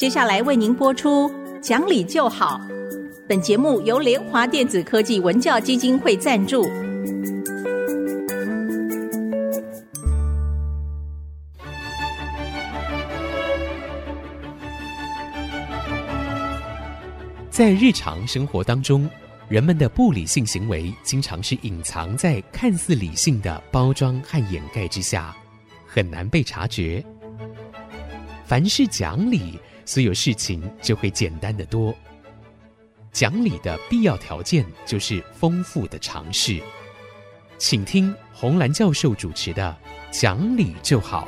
接下来为您播出讲理就好。本节目由联华电子科技文教基金会赞助。 在日常生活当中，人们的不理性行为经常是隐藏在看似理性的包装和掩盖之下，很难被察觉。凡是讲理，所有事情就会简单得多。讲理的必要条件就是丰富的常识。请听洪兰教授主持的《讲理就好》。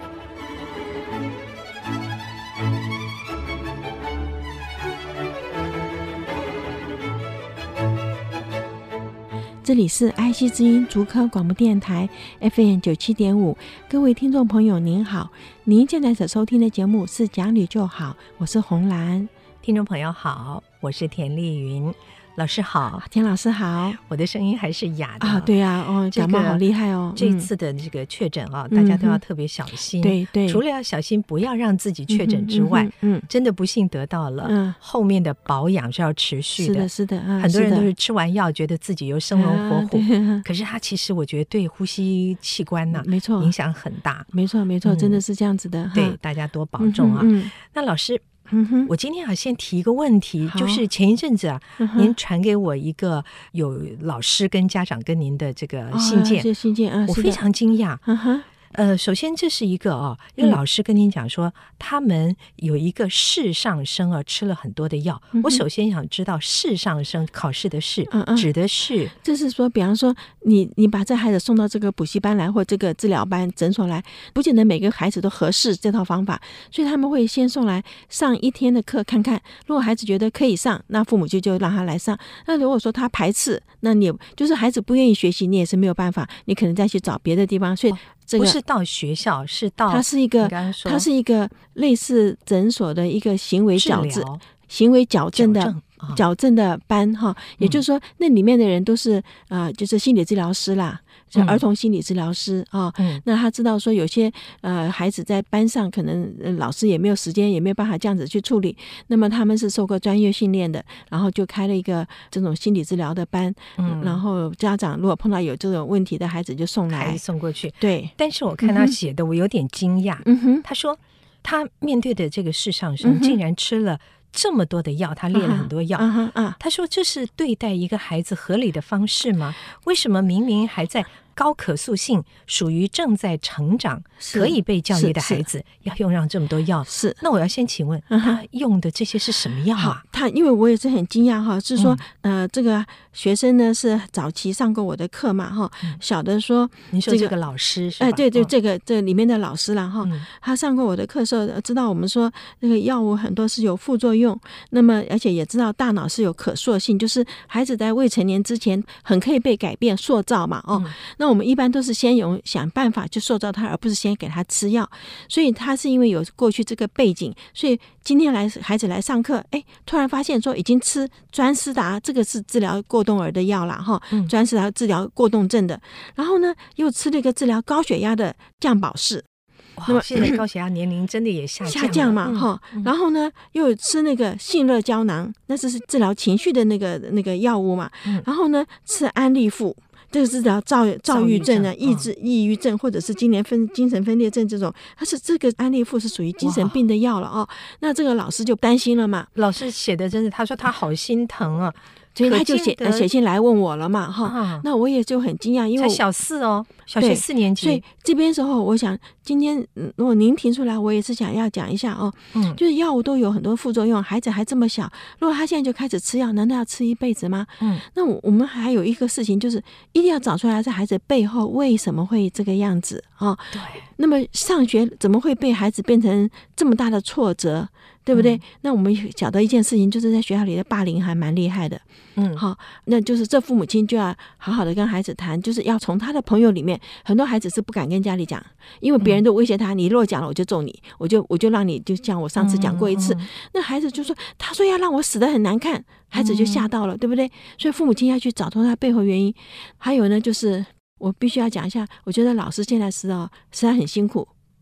这里是爱惜之音竹科广播电台 FM 97.5，各位听众朋友您好，您现在所收听的节目是讲理就好，我是洪兰。 听众朋友好，我是田丽云。老师好。 田老师好。 我的声音还是哑的啊？对啊，感冒好厉害哦。 这次的这个确诊啊，大家都要特别小心。 对对， 除了要小心不要让自己确诊之外，真的不幸得到了，后面的保养是要持续的。 是的， 很多人都是吃完药觉得自己又生龙活虎，可是它其实我觉得对呼吸器官呢， 没错， 影响很大。 没错，真的是这样子的。 对，大家多保重啊。那老师。我今天先提一个问题，就是前一阵子啊，您传给我一个有老师跟家长跟您的这个信件， 信件啊， 我非常惊讶。首先这是一个一个老师跟您讲说，他们有一个试上生吃了很多的药。我首先想知道试上生考试的试指的是， 就是说比方说你把这孩子送到这个补习班来或这个治疗班诊所来，不见得每个孩子都合适这套方法，所以他们会先送来上一天的课看看，如果孩子觉得可以上，那父母就让他来上。那如果说他排斥，那你就是孩子不愿意学习，你也是没有办法，你可能再去找别的地方。所以不是到学校，是到它是一个类似诊所的一个行为矫正的班哈，也就是说那里面的人都是就是心理治疗师啦，像儿童心理治疗师那他知道说有些孩子在班上可能老师也没有时间，也没有办法这样子去处理，那么他们是受过专业训练的，然后就开了一个这种心理治疗的班，然后家长如果碰到有这种问题的孩子就送过去。 对， 但是我看他写的我有点惊讶。他说他面对的这个试上生竟然吃了这么多的药，他列了很多药。他说这是对待一个孩子合理的方式吗？为什么明明还在高可塑性，属于正在成长可以被教育的孩子，要用上这么多药？是。那我要先请问他用的这些是什么药啊？ 他因为我也是很惊讶哈，是说这个学生呢是早期上过我的课嘛哈，晓得说您说这个老师是吧？ 对，这里面的老师啦哈，他上过我的课的时候知道我们说那个药物很多是有副作用，那么而且也知道大脑是有可塑性，就是孩子在未成年之前很可以被改变塑造嘛那我们一般都是先想办法去塑造他，而不是先给他吃药。所以他是因为有过去这个背景，所以今天孩子来上课，突然发现说已经吃专思达，这个是治疗过动儿的药啦专思达治疗过动症的，然后呢又吃了一个治疗高血压的降宝适。 哇，现在高血压年龄真的也下降嘛然后呢又吃那个杏热胶囊，那是治疗情绪的那个药物嘛然后呢吃安利富，这个是治疗躁郁症啊、抑郁症或者是精神分裂症这种，它是这个安利富是属于精神病的药了那这个老师就担心了嘛。 老师写的真是，他说他好心疼啊， 所以他就写信来问我了嘛那我也就很惊讶，因为才小4小学4年级。 所以这边时候我想今天如果您提出来，我也是想要讲一下就是药物都有很多副作用，孩子还这么小，如果他现在就开始吃药，难道要吃一辈子吗？那我们还有一个事情，就是一定要找出来这孩子背后为什么会这个样子对。 那么上学怎么会被孩子变成这么大的挫折，对不对？那我们晓得一件事情，就是在学校里的霸凌还蛮厉害的那就是这父母亲就要好好的跟孩子谈，就是要从他的朋友里面，很多孩子是不敢跟家里讲，因为别人都威胁他，你如果讲了我就揍你，我就让你就像我上次讲过一次那孩子就说他说要让我死得很难看，孩子就吓到了对不对？所以父母亲要去找出他背后原因。还有呢就是我必须要讲一下，我觉得老师现在实在很辛苦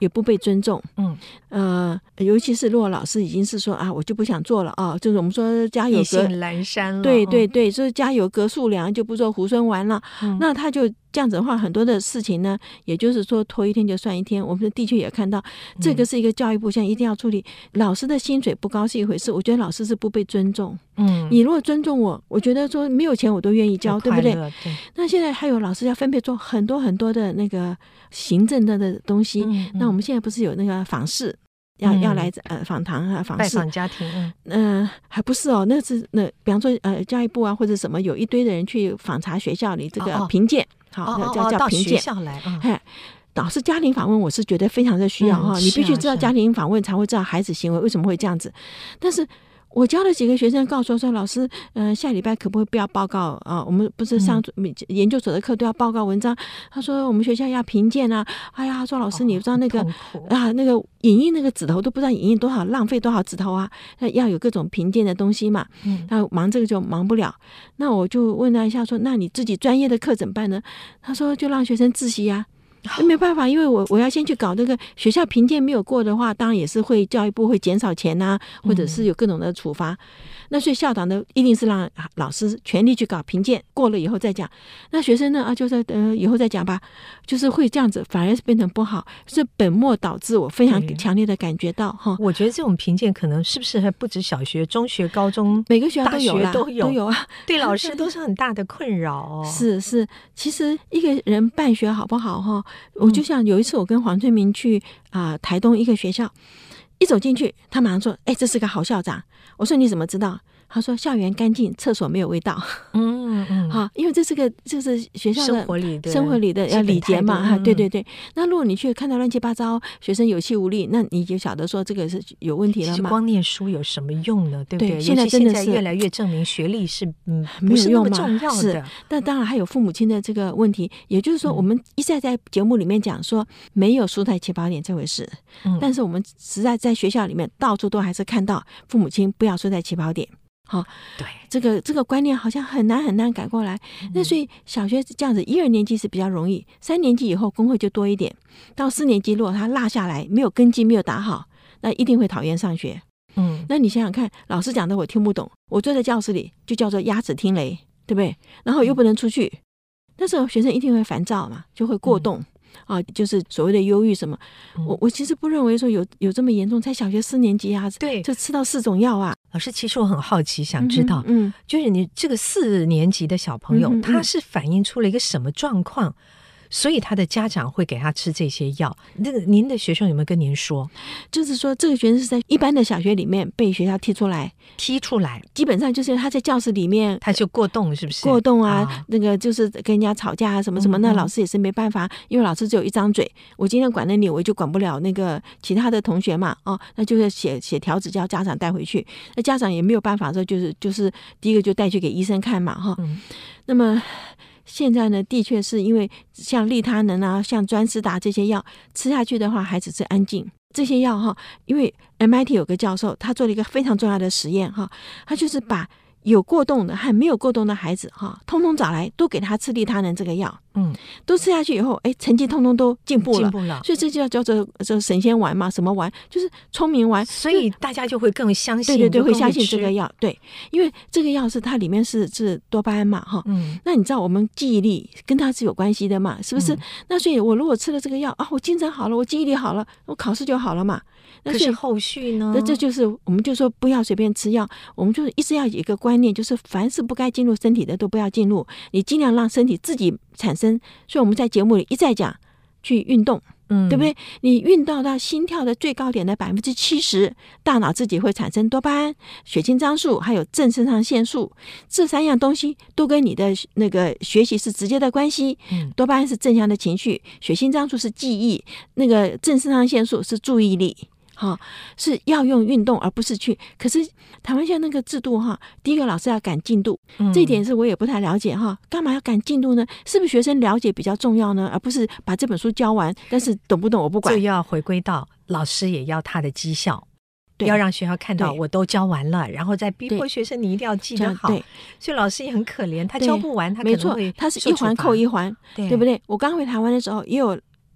也不被尊重。尤其是如果老师已经是说啊，我就不想做了啊，就是我们说家有隔意兴阑珊了。 对对对，就是家有隔树梁，就不做猢狲丸了。那他就这样子的话，很多的事情呢，也就是说拖一天就算一天。我们的确也看到，这个是一个教育部现在一定要处理。老师的薪水不高是一回事，我觉得老师是不被尊重。你如果尊重我，我觉得说没有钱我都愿意教，对不对？ 对。 那现在还有老师要分配做很多很多的那个行政的东西。那我们现在不是有那个访视？要来访谈啊，访视拜访家庭， 还不是哦，那是比方说教育部啊或者什么，有一堆的人去访查学校里这个评鉴，好叫评鉴， 到学校来， 导师家庭访问，我是觉得非常的需要哈，你必须知道家庭访问才会知道孩子行为为什么会这样子，但是。我教了几个学生告诉我说，老师下礼拜可不可以不要报告啊？我们不是上研究所的课都要报告文章。他说我们学校要评鉴啊。哎呀，他说老师你不知道那个那个影印那个指头都不知道影印多少，浪费多少指头啊，要有各种评鉴的东西嘛。那忙这个就忙不了。那我就问他一下说，那你自己专业的课怎么办呢？他说就让学生自习啊。没办法，因为我要先去搞这个学校评鉴没有过的话，当然也是会教育部会减少钱啊，或者是有各种的处罚。那所以校长呢一定是让老师全力去搞评鉴，过了以后再讲。那学生呢就是以后再讲吧，就是会这样子，反而是变成不好，是本末倒置。我非常强烈的感觉到哈。 我觉得这种评鉴可能是不是还不止小学、中学、高中， 每个学校都有啊， 对老师都是很大的困扰。 是，其实一个人办学好不好哈？我就像有一次我跟黄春明去台东一个学校，一走进去他马上说这是个好校长。我说你怎么知道？他说校园干净，厕所没有味道。好，因为这是学校的生活里的要礼节嘛。对对对。那如果你去看到乱七八糟，学生有气无力，那你就晓得说这个是有问题了嘛。 其实光念书有什么用呢？对不对？ 现在真的是越来越证明学历是不是那么重要的。 是，但当然还有父母亲的这个问题。也就是说，我们一再在节目里面讲说没有输在起跑点这回事。但是我们实在在学校里面到处都还是看到父母亲不要输在起跑点。 对， 这个观念好像很难改过来。那所以小学这样子1、2年级是比较容易，3年级以后功课就多一点。到4年级如果他落下来，没有根基，没有打好，那一定会讨厌上学。那你想想看，老师讲的我听不懂，我坐在教室里就叫做鸭子听雷，对不对？然后又不能出去，那时候学生一定会烦躁嘛，就会过动。就是所谓的忧郁什么，我其实不认为说有这么严重，才小学4年级啊， 对， 就吃到4种药啊。 老师，其实我很好奇，想知道，就是你这个4年级的小朋友，他是反映出了一个什么状况？所以他的家长会给他吃这些药。那个您的学生有没有跟您说？ 就是说这个学生是在一般的小学里面被学校踢出来，基本上就是他在教室里面他就过动，是不是？ 过动啊，那个就是跟人家吵架啊什么什么，那老师也是没办法，因为老师只有一张嘴，我今天管了你，我就管不了那个其他的同学嘛，那就是写条子叫家长带回去，那家长也没有办法说就是第一个就带去给医生看嘛，哈，那么。现在呢，的确是因为像利他能啊，像专思达这些药吃下去的话，孩子是安静。这些药哈，因为 MIT 有个教授，他做了一个非常重要的实验哈，他就是把有过动的和没有过动的孩子哈，通通找来，都给他吃利他能这个药，都吃下去以后，成绩通通都进步了，所以这就叫做神仙丸嘛，什么丸，就是聪明丸， 所以大家就会更相信， 对，会相信这个药，对，因为这个药是它里面是多巴胺嘛，哈，那你知道我们记忆力跟它是有关系的嘛，是不是？那所以我如果吃了这个药啊，我精神好了，我记忆力好了，我考试就好了嘛。 可是后续呢？ 那这就是我们就说不要随便吃药，我们就是一直要有一个观念，就是凡是不该进入身体的都不要进入，你尽量让身体自己产生。所以我们在节目里一再讲去运动，对不对？你运动到心跳的最高点的70%，大脑自己会产生多巴胺、血清张素还有正肾上腺素，这3样东西都跟你的那个学习是直接的关系。多巴胺是正向的情绪，血清张素是记忆，那个正肾上腺素是注意力。是要用运动而不是去。可是台湾现在那个制度哈，第一个老师要赶进度，这一点是我也不太了解哈。干嘛要赶进度呢？是不是学生了解比较重要呢？而不是把这本书教完，但是懂不懂我不管。 就要回归到老师也要他的绩效，要让学校看到我都教完了，然后再逼迫学生你一定要记得好。所以老师也很可怜，他教不完，他可能会他是一环扣一环，对不对？我刚回台湾的时候也有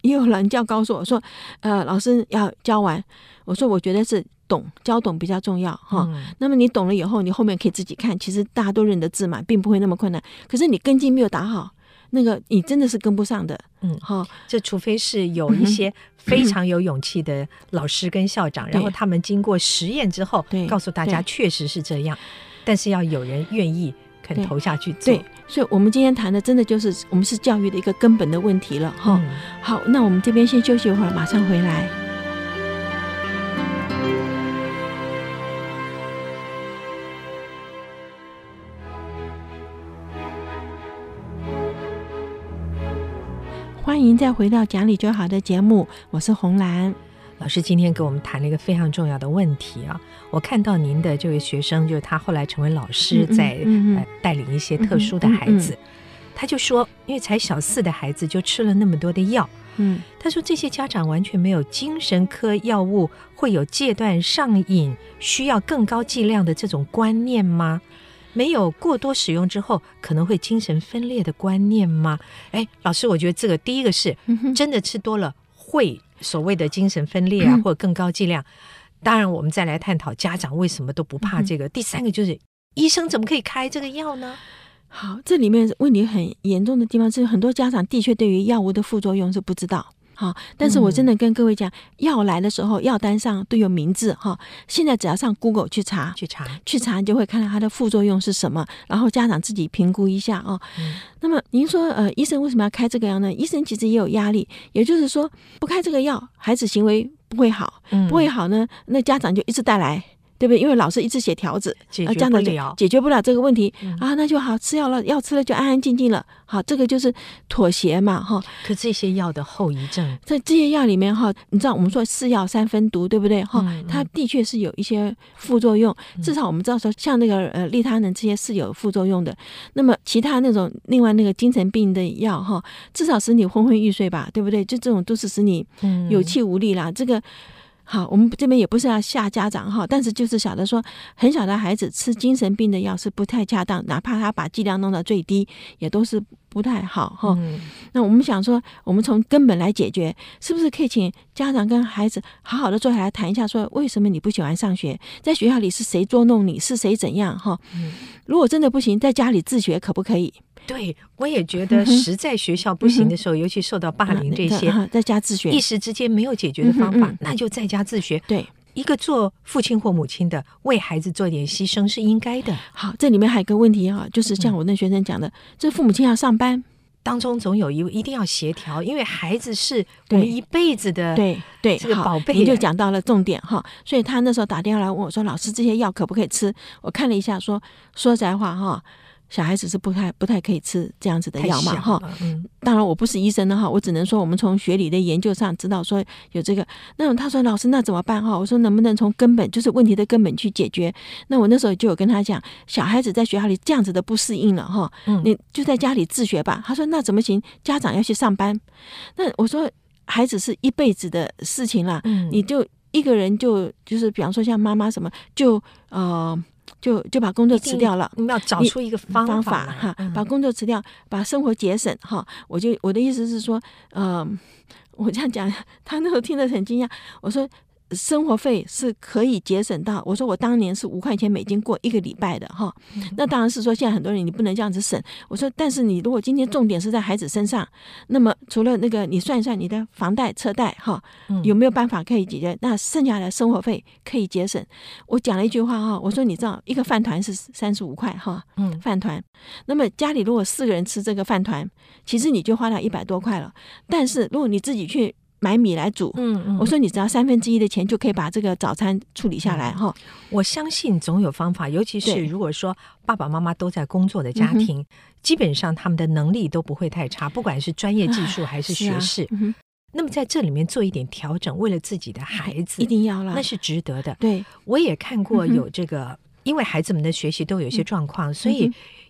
也有人教告诉我说，老师要教完，我说我觉得是教懂比较重要哈。那么你懂了以后，你后面可以自己看，其实大家都认得字嘛，并不会那么困难。可是你根基没有打好，那个你真的是跟不上的。 这除非是有一些非常有勇气的老师跟校长，然后他们经过实验之后告诉大家确实是这样，但是要有人愿意肯投下去做。 对，所以我们今天谈的真的就是我们是教育的一个根本的问题了哈。好，那我们这边先休息一会儿，马上回来。欢迎再回到讲理就好的节目，我是洪兰老师。今天给我们谈了一个非常重要的问题啊！我看到您的这位学生，就是他后来成为老师，在带领一些特殊的孩子，他就说，因为才小4的孩子就吃了那么多的药，他说这些家长完全没有精神科药物会有戒断上瘾、需要更高剂量的这种观念吗？没有过多使用之后可能会精神分裂的观念吗？老师，我觉得这个第一个是真的吃多了会所谓的精神分裂啊，或者更高剂量。当然我们再来探讨家长为什么都不怕这个。第3个就是医生怎么可以开这个药呢？ 好，这里面问题很严重的地方是很多家长的确对于药物的副作用是不知道。好，但是我真的跟各位讲，药来的时候药单上都有名字哈。现在只要上 Google 去查，你就会看到它的副作用是什么，然后家长自己评估一下哦。那么您说医生为什么要开这个药呢？医生其实也有压力，也就是说不开这个药，孩子行为不会好，不会好呢，那家长就一直带来。对不对？因为老师一直写条子， 解决不了， 解决不了这个问题那就好，吃药了，药吃了就安安静静了。好，这个就是妥协嘛哈。 可这些药的后遗症， 在这些药里面哈，你知道我们说4药3分毒，对不对哈？它的确是有一些副作用，至少我们知道说，像那个利他能这些是有副作用的。那么其他那种另外那个精神病的药哈，至少使你昏昏欲睡吧，对不对？就这种都是使你有气无力啦。这个。好，我们这边也不是要吓家长哈，但是就是晓得说，很小的孩子吃精神病的药是不太恰当，哪怕他把剂量弄到最低，也都是不太好哈。那我们想说，我们从根本来解决，是不是可以请家长跟孩子好好的坐下来谈一下，说为什么你不喜欢上学？在学校里是谁捉弄你？是谁怎样哈？如果真的不行，在家里自学可不可以？ 对，我也觉得实在学校不行的时候，尤其受到霸凌这些， 在家自学， 一时之间没有解决的方法，那就在家自学。 对， 一个做父亲或母亲的，为孩子做点牺牲是应该的。 好，这里面还有一个问题就是像我那学生讲的，这父母亲要上班。 当中总有一定要协调，因为孩子是我们一辈子的对这个宝贝。 你就讲到了重点哈，所以他那时候打电话来问我说：“老师，这些药可不可以吃？”我看了一下说实在话哈，小孩子是不太可以吃这样子的药嘛哈。当然我不是医生的哈，我只能说我们从学理的研究上知道说有这个。那他说老师那怎么办哈？我说能不能从根本就是问题的根本去解决？那我那时候就有跟他讲，小孩子在学校里这样子的不适应了哈，你就在家里自学吧。他说那怎么行？家长要去上班。那我说孩子是一辈子的事情啦，你就一个人就是比方说像妈妈什么就把工作辞掉了， 你要找出一个方法哈，把工作辞掉，把生活节省哈。我的意思是说，我这样讲，他那时候听得很惊讶。我说生活费是可以节省到，我说我当年是5块钱美金过1个礼拜的哈。那当然是说现在很多人你不能这样子省。我说但是你如果今天重点是在孩子身上，那么除了那个你算一算你的房贷车贷哈，有没有办法可以解决？那剩下的生活费可以节省。我讲了一句话哈，我说你知道一个饭团是35块哈，饭团。那么家里如果4个人吃这个饭团，其实你就花了100多块了。但是如果你自己去买米来煮，我说你只要1/3的钱就可以把这个早餐处理下来哈。 我相信总有方法，尤其是如果说爸爸妈妈都在工作的家庭，基本上他们的能力都不会太差，不管是专业技术还是学识。那么在这里面做一点调整，为了自己的孩子， 一定要啦， 那是值得的。 对， 我也看过有这个，因为孩子们的学习都有一些状况，所以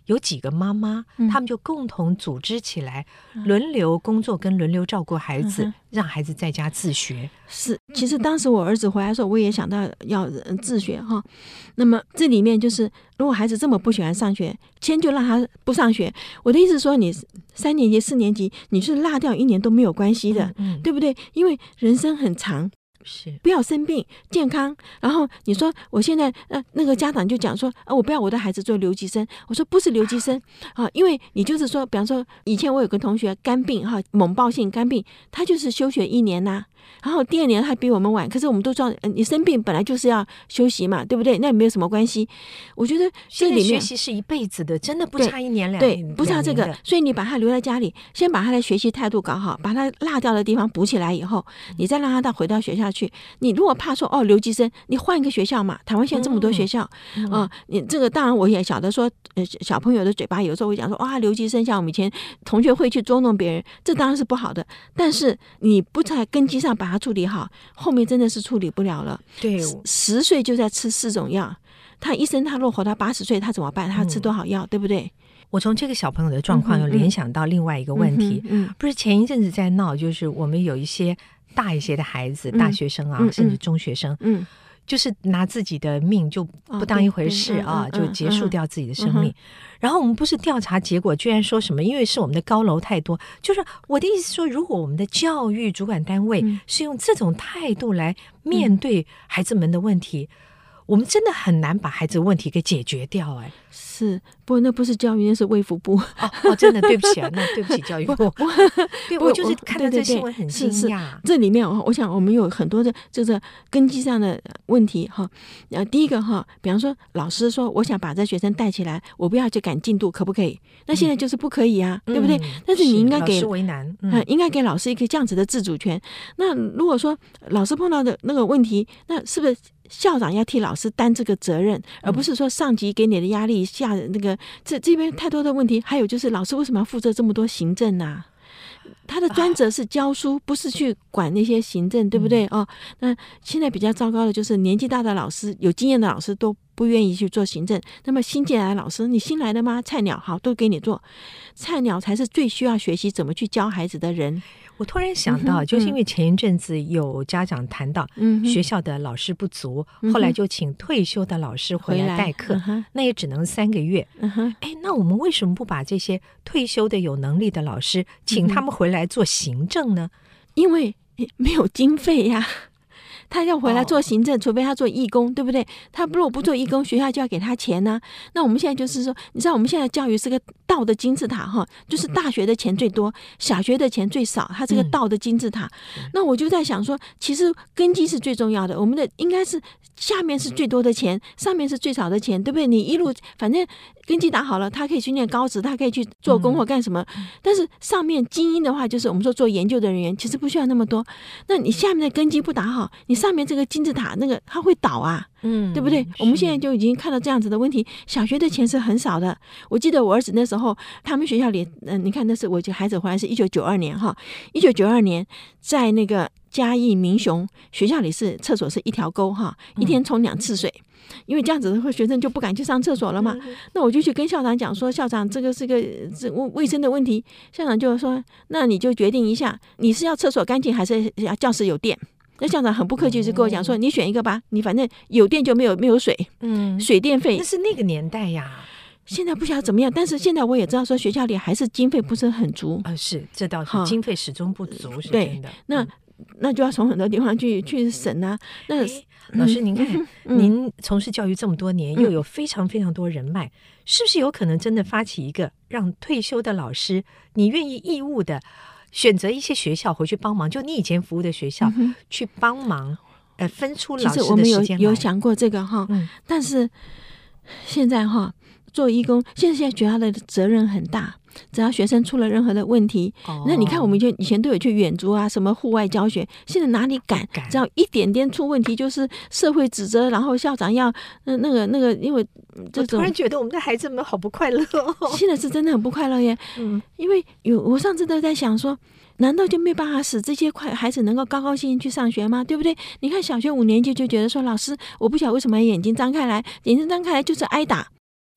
有几个妈妈，他们就共同组织起来，轮流工作跟轮流照顾孩子，让孩子在家自学。 是，其实当时我儿子回来的时候，我也想到要自学哈。那么这里面就是，如果孩子这么不喜欢上学，先就让他不上学。我的意思说，你3年级、4年级，你是落掉1年都没有关系的，对不对？因为人生很长。 是， 不要生病，健康。然后你说我现在那个家长就讲说我不要我的孩子做留级生。我说不是留级生啊，因为你就是说，比方说以前我有个同学肝病哈，猛暴性肝病，他就是休学1年呐。然后第2年他比我们晚，可是我们都知道，你生病本来就是要休息嘛，对不对？那也没有什么关系。我觉得这里面学习是一辈子的，真的不差1年2年。 对，不差这个。所以你把他留在家里，先把他的学习态度搞好，把他落掉的地方补起来以后，你再让他回到学校去。你如果怕说留级生，你换一个学校嘛。台湾现在这么多学校你这个当然我也晓得说，小朋友的嘴巴有时候会讲说留级生像我们以前同学会去捉弄别人，这当然是不好的。但是你不在根基上把它处理好，后面真的是处理不了了。 对 ，10岁就在吃4种药，他一生他如果活到80岁，他怎么办？他吃多少药，对不对？ 我从这个小朋友的状况又联想到另外一个问题，不是前一阵子在闹，就是我们有一些大一些的孩子，大学生啊，甚至中学生，就是拿自己的命就不当一回事就结束掉自己的生命。然后我们不是调查结果居然说什么，因为是我们的高楼太多，就是我的意思说，如果我们的教育主管单位是用这种态度来面对孩子们的问题，我们真的很难把孩子的问题给解决掉。 是，不过那不是教育，那是卫福部。 真的对不起啊，那对不起教育部。对，我就是看到这新闻很惊讶。 这里面我想我们有很多的这个根基上的问题哈。第一个比方说老师说我想把这学生带起来，我不要去赶进度，可不可以？那现在就是不可以啊，对不对？但是你应该给老师为难， 应该给老师一个这样子的自主权。那如果说老师碰到的那个问题，那是不是校长要替老师担这个责任，而不是说上级给你的压力下那个这边太多的问题。还有就是老师为什么要负责这么多行政啊？他的专责是教书，不是去管那些行政，对不对？那现在比较糟糕的就是年纪大的老师，有经验的老师都不愿意去做行政。那么新进来的老师，你新来的吗？菜鸟好，都给你做。菜鸟才是最需要学习怎么去教孩子的人。 我突然想到，就是因为前一阵子有家长谈到学校的老师不足，后来就请退休的老师回来代课，那也只能3个月。那我们为什么不把这些退休的有能力的老师请他们回来做行政呢？ 因为没有经费呀。他要回来做行政，除非他做义工，对不对？他如果不做义工，学校就要给他钱呢。那我们现在就是说，你知道我们现在教育是个道的金字塔就是大学的钱最多，小学的钱最少，它是个道的金字塔。那我就在想说，其实根基是最重要的，我们的应该是下面是最多的钱，上面是最少的钱，对不对？你一路反正根基打好了，他可以去念高职，他可以去做工或干什么。但是上面精英的话，就是我们说做研究的人员，其实不需要那么多。那你下面的根基不打好，你上面这个金字塔那个它会倒啊，对不对？我们现在就已经看到这样子的问题。小学的钱是很少的。我记得我儿子那时候，他们学校里，你看那是我孩子回来是1992年1992年在那个嘉义民雄学校里是厕所是一条沟一天冲2次水。因为这样子的学生就不敢去上厕所了嘛。那我就去跟校长讲说，校长这个是个卫生的问题。校长就说，那你就决定一下，你是要厕所干净还是要教室有电？那校长很不客气就跟我讲说，你选一个吧，你反正有电就没有水，水电费。 那是那个年代呀， 现在不晓得怎么样，但是现在我也知道说学校里还是经费不是很足。 是，这倒是经费始终不足，是真的。 那就要从很多地方去省啊。那老师您看，您从事教育这么多年，又有非常非常多人脉，是不是有可能真的发起一个让退休的老师，你愿意义务的选择一些学校回去帮忙，就你以前服务的学校去帮忙，分出老师的时间来。 其实我们有想过这个但是现在做义工，现在学校的责任很大，只要学生出了任何的问题，那你看我们以前都有去远足啊，什么户外教学，现在哪里敢？只要一点点出问题，就是社会指责，然后校长要那个，因为我突然觉得我们的孩子们好不快乐现在是真的很不快乐耶。因为我上次都在想说，难道就没办法使这些孩子能够高高兴兴去上学吗？对不对？你看小学5年级就觉得说，老师我不晓得为什么眼睛张开来就是挨打。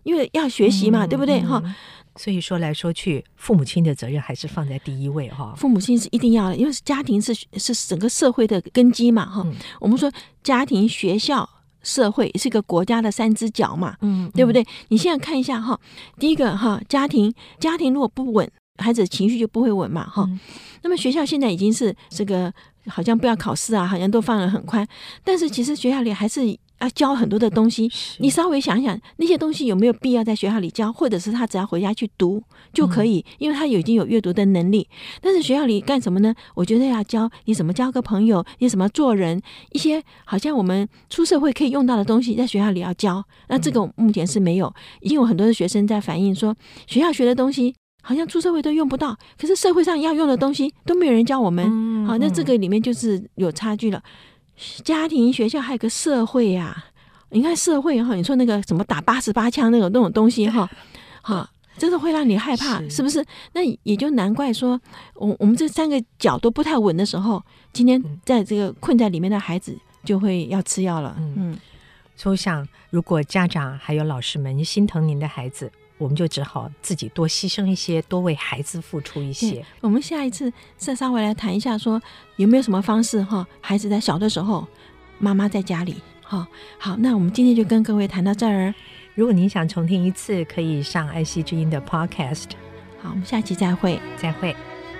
因为要学习嘛，对不对哈？ 所以说来说去，父母亲的责任还是放在第一位哈。 父母亲是一定要的，因为家庭是整个社会的根基嘛哈。我们说家庭、学校、社会是个国家的3只脚嘛，对不对？你现在看一下哈，第一个哈，家庭如果不稳，孩子的情绪就不会稳嘛哈。那么学校现在已经是这个好像不要考试啊，好像都放得很宽，但是其实学校里还是要教很多的东西。你稍微想想那些东西有没有必要在学校里教，或者是他只要回家去读就可以，因为他已经有阅读的能力。但是学校里干什么呢？我觉得要教你怎么交个朋友，你怎么做人，一些好像我们出社会可以用到的东西在学校里要教。那这个目前是没有，已经有很多的学生在反映说，学校学的东西好像出社会都用不到，可是社会上要用的东西都没有人教我们。好，那这个里面就是有差距了。家庭、学校还有个社会啊，你看社会哈，你说那个什么打88枪那种东西哈，真的会让你害怕，是不是？那也就难怪说，我们这3个脚都不太稳的时候，今天在这个困在里面的孩子就会要吃药了。 所以我想，如果家长还有老师们心疼您的孩子，我们就只好自己多牺牲一些，多为孩子付出一些。 我们下一次再稍微来谈一下，说有没有什么方式哈，孩子在小的时候，妈妈在家里。好，那我们今天就跟各位谈到这儿。 如果您想重听一次，可以上爱惜之音的 Podcast。 好，我们下期再会。 再会。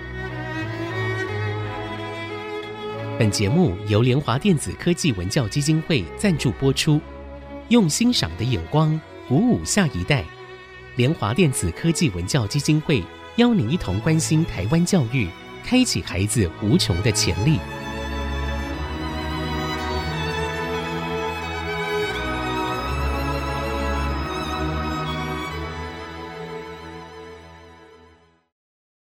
本节目由联华电子科技文教基金会赞助播出，用欣赏的眼光鼓舞下一代。联华电子科技文教基金会邀您一同关心台湾教育，开启孩子无穷的潜力。